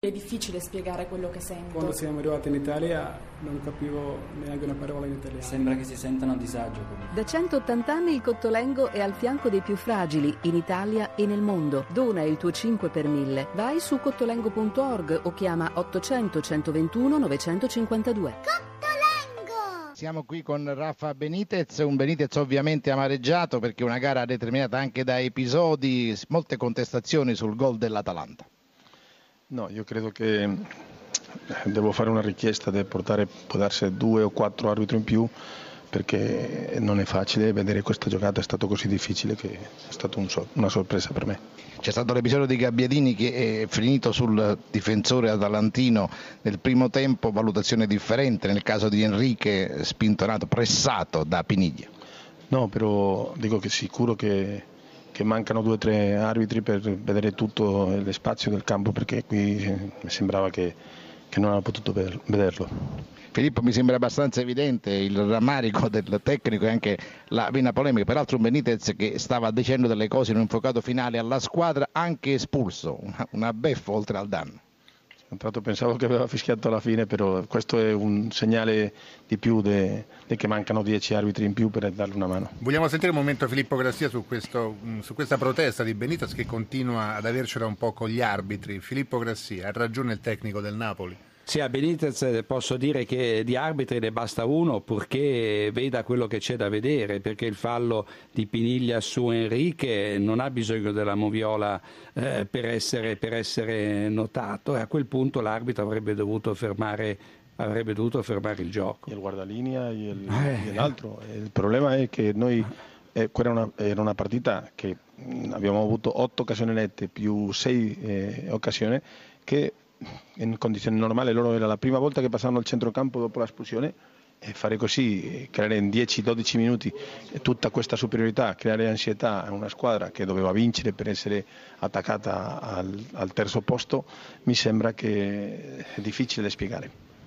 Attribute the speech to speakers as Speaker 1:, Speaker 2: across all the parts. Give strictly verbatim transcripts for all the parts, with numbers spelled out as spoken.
Speaker 1: È difficile spiegare quello che sento.
Speaker 2: Quando siamo arrivati in Italia non capivo neanche una parola in italiano.
Speaker 3: Sembra che si sentano a disagio.
Speaker 4: Da centottanta anni il Cottolengo è al fianco dei più fragili in Italia e nel mondo. Dona il tuo cinque per mille. Vai su cottolengo punto org o chiama ottocento centoventuno novecentocinquantadue.
Speaker 5: Cottolengo! Siamo qui con Rafa Benitez, un Benitez ovviamente amareggiato perché una gara determinata anche da episodi, molte contestazioni sul gol dell'Atalanta.
Speaker 6: No, io credo che devo fare una richiesta di portare, può darsi due o quattro arbitri in più, perché non è facile vedere questa giocata, è stato così difficile che è stata un so- una sorpresa per me.
Speaker 5: C'è stato l'episodio di Gabbiadini che è finito sul difensore atalantino nel primo tempo, valutazione differente nel caso di Enrique, spintonato, pressato da Piniglia.
Speaker 6: No, però dico che sicuro che che mancano due o tre arbitri per vedere tutto lo spazio del campo, perché qui mi sembrava che, che non aveva potuto vederlo.
Speaker 5: Filippo, mi sembra abbastanza evidente il rammarico del tecnico e anche la vena polemica, peraltro un Benitez che stava dicendo delle cose in un infuocato finale alla squadra, anche espulso, una, una beffa oltre al danno.
Speaker 6: Intanto pensavo che aveva fischiato alla fine, però questo è un segnale di più di che mancano dieci arbitri in più per dargli una mano.
Speaker 7: Vogliamo sentire un momento Filippo Grassia su, questo, su questa protesta di Benitez che continua ad avercela un po' con gli arbitri. Filippo Grassia, ha ragione il tecnico del Napoli?
Speaker 8: Sì, a Benitez posso dire che di arbitri ne basta uno purché veda quello che c'è da vedere, perché il fallo di Piniglia su Enrique non ha bisogno della moviola eh, per essere, per essere notato, e a quel punto l'arbitro avrebbe dovuto fermare, avrebbe dovuto fermare il gioco.
Speaker 6: Il guardalinea e, il, eh. e l'altro. Il problema è che noi eh, quella era una, era una partita che mh, abbiamo avuto otto occasioni nette più sei eh, occasioni che in condizioni normali loro era la prima volta che passavano al centrocampo dopo l'espulsione, e fare così, creare in dieci dodici minuti tutta questa superiorità, creare ansietà a una squadra che doveva vincere per essere attaccata al, al terzo posto, mi sembra che è difficile da spiegare.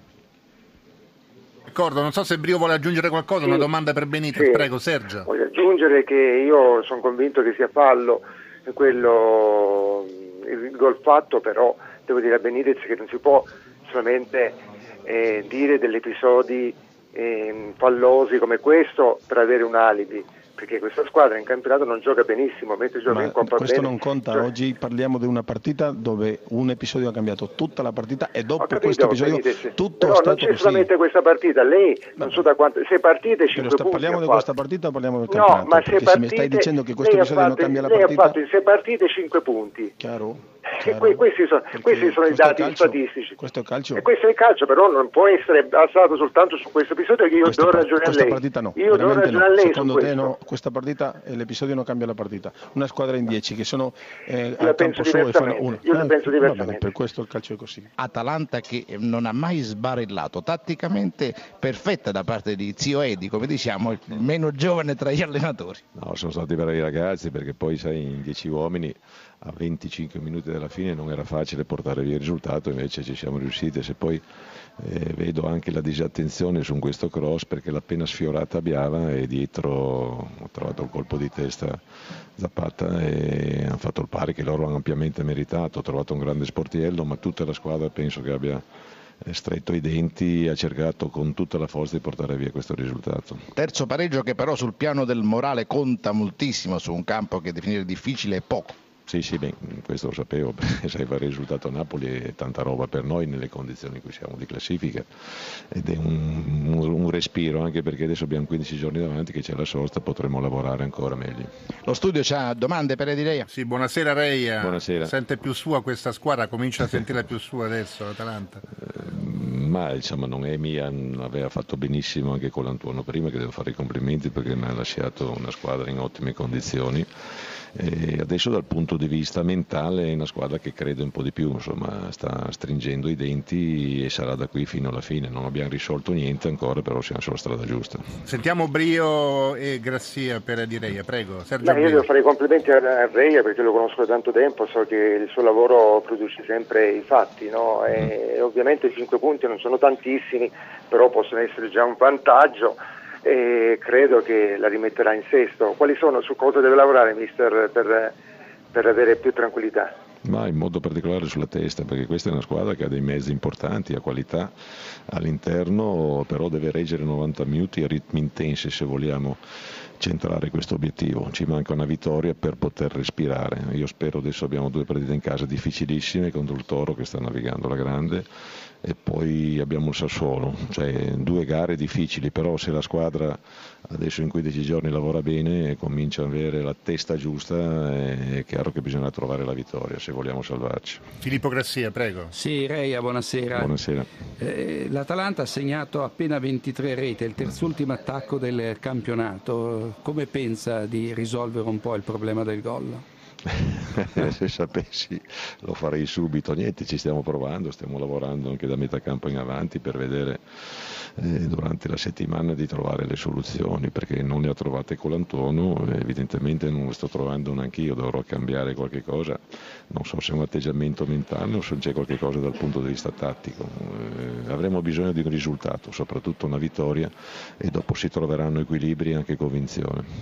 Speaker 7: D'accordo, non so se Brio vuole aggiungere qualcosa, sì. Una domanda per Benitez, sì. Prego Sergio.
Speaker 9: Voglio aggiungere che io sono convinto che sia fallo quello, il gol fatto, però devo dire a Benitez che non si può solamente eh, dire degli episodi eh, fallosi come questo per avere un alibi, perché questa squadra in campionato non gioca benissimo, mentre gioca
Speaker 6: Ma
Speaker 9: in Coppa
Speaker 6: questo
Speaker 9: bene.
Speaker 6: non conta,
Speaker 9: Cioè,
Speaker 6: oggi parliamo di una partita dove un episodio ha cambiato tutta la partita e dopo
Speaker 9: capito,
Speaker 6: questo episodio
Speaker 9: Benitez,
Speaker 6: tutto
Speaker 9: però
Speaker 6: è stato
Speaker 9: non c'è
Speaker 6: così.
Speaker 9: solamente questa partita, lei non so da quante, se partite cinque punti.
Speaker 6: Parliamo di questa partita o parliamo del
Speaker 9: no,
Speaker 6: campionato?
Speaker 9: ma
Speaker 6: perché
Speaker 9: se, partite,
Speaker 6: se mi stai dicendo che questo episodio
Speaker 9: fatto,
Speaker 6: non cambia la
Speaker 9: lei
Speaker 6: partita,
Speaker 9: ha fatto in sei partite cinque punti.
Speaker 6: Chiaro?
Speaker 9: Que- que- questi sono, questi sono i dati
Speaker 6: calcio,
Speaker 9: statistici.
Speaker 6: Questo è calcio.
Speaker 9: E questo è il calcio, però non può essere basato soltanto su questo episodio, che io
Speaker 6: questa
Speaker 9: do
Speaker 6: par-
Speaker 9: ragione a
Speaker 6: questa
Speaker 9: lei.
Speaker 6: Partita no.
Speaker 9: Io do ragione
Speaker 6: no.
Speaker 9: a lei.
Speaker 6: Secondo
Speaker 9: su
Speaker 6: te
Speaker 9: questo.
Speaker 6: no, questa partita l'episodio non cambia la partita. Una squadra in dieci che sono eh,
Speaker 9: la
Speaker 6: al
Speaker 9: penso
Speaker 6: campo suo e fanno uno.
Speaker 9: Io la
Speaker 6: eh,
Speaker 9: penso diversamente.
Speaker 6: Bene, per questo il calcio è così.
Speaker 5: Atalanta che non ha mai sbarellato, tatticamente perfetta da parte di zio Edi, come diciamo, il meno giovane tra gli allenatori.
Speaker 10: No, sono stati bravi ragazzi, perché poi sai, in dieci uomini a venticinque minuti dalla fine non era facile portare via il risultato, invece ci siamo riusciti. Se poi eh, vedo anche la disattenzione su questo cross, perché l'ha appena sfiorata Biala e dietro ho trovato il colpo di testa Zapata e hanno fatto il pari che loro hanno ampiamente meritato. Ho trovato un grande sportiello, ma tutta la squadra penso che abbia stretto i denti e ha cercato con tutta la forza di portare via questo risultato.
Speaker 5: Terzo pareggio che però sul piano del morale conta moltissimo su un campo che definire difficile è poco.
Speaker 10: Sì, sì, beh, questo lo sapevo, perché sai, fare il risultato a Napoli è tanta roba per noi nelle condizioni in cui siamo di classifica, ed è un, un, un respiro, anche perché adesso abbiamo quindici giorni davanti che c'è la sosta, potremo lavorare ancora meglio.
Speaker 5: Lo studio c'ha domande per Edireia?
Speaker 7: Sì, buonasera Reia.
Speaker 10: Buonasera.
Speaker 7: Sente più sua questa squadra, comincia a sentirla più sua adesso l'Atalanta?
Speaker 10: Ma insomma non è mia, aveva fatto benissimo anche con l'Antuono prima, che devo fare i complimenti perché mi ha lasciato una squadra in ottime condizioni. E adesso dal punto di vista mentale è una squadra che crede un po' di più, insomma sta stringendo i denti e sarà da qui fino alla fine. Non abbiamo risolto niente ancora, però siamo sulla strada giusta.
Speaker 7: Sentiamo Brio e Grassia per Edireia, prego. Sergio.
Speaker 9: Beh, io devo fare i complimenti a Reia perché lo conosco da tanto tempo, so che il suo lavoro produce sempre i fatti, no? E mm. ovviamente i cinque punti non sono tantissimi, però possono essere già un vantaggio. E credo che la rimetterà in sesto. Quali sono, su cosa deve lavorare mister per, per avere più tranquillità?
Speaker 10: Ma in modo particolare sulla testa, perché questa è una squadra che ha dei mezzi importanti, ha qualità all'interno, però deve reggere novanta minuti a ritmi intensi se vogliamo centrare questo obiettivo. Ci manca una vittoria per poter respirare. Io spero, adesso abbiamo due partite in casa difficilissime contro il Toro che sta navigando la grande, e poi abbiamo il Sassuolo, cioè due gare difficili, però se la squadra adesso in quindici giorni lavora bene e comincia ad avere la testa giusta, è chiaro che bisogna trovare la vittoria se vogliamo salvarci.
Speaker 7: Filippo Grassia, prego.
Speaker 8: Sì, Reia, buonasera.
Speaker 10: Buonasera.
Speaker 8: Eh, L'Atalanta ha segnato appena ventitré reti, è il terzultimo attacco del campionato. Come pensa di risolvere un po' il problema del gol?
Speaker 10: Se sapessi lo farei subito. Niente, ci stiamo provando, stiamo lavorando anche da metà campo in avanti per vedere eh, durante la settimana di trovare le soluzioni, perché non le ha trovate Colantuono, evidentemente non le sto trovando neanche io, dovrò cambiare qualche cosa, non so se è un atteggiamento mentale o se c'è qualche cosa dal punto di vista tattico. Eh, avremo bisogno di un risultato, soprattutto una vittoria, e dopo si troveranno equilibri e anche convinzione.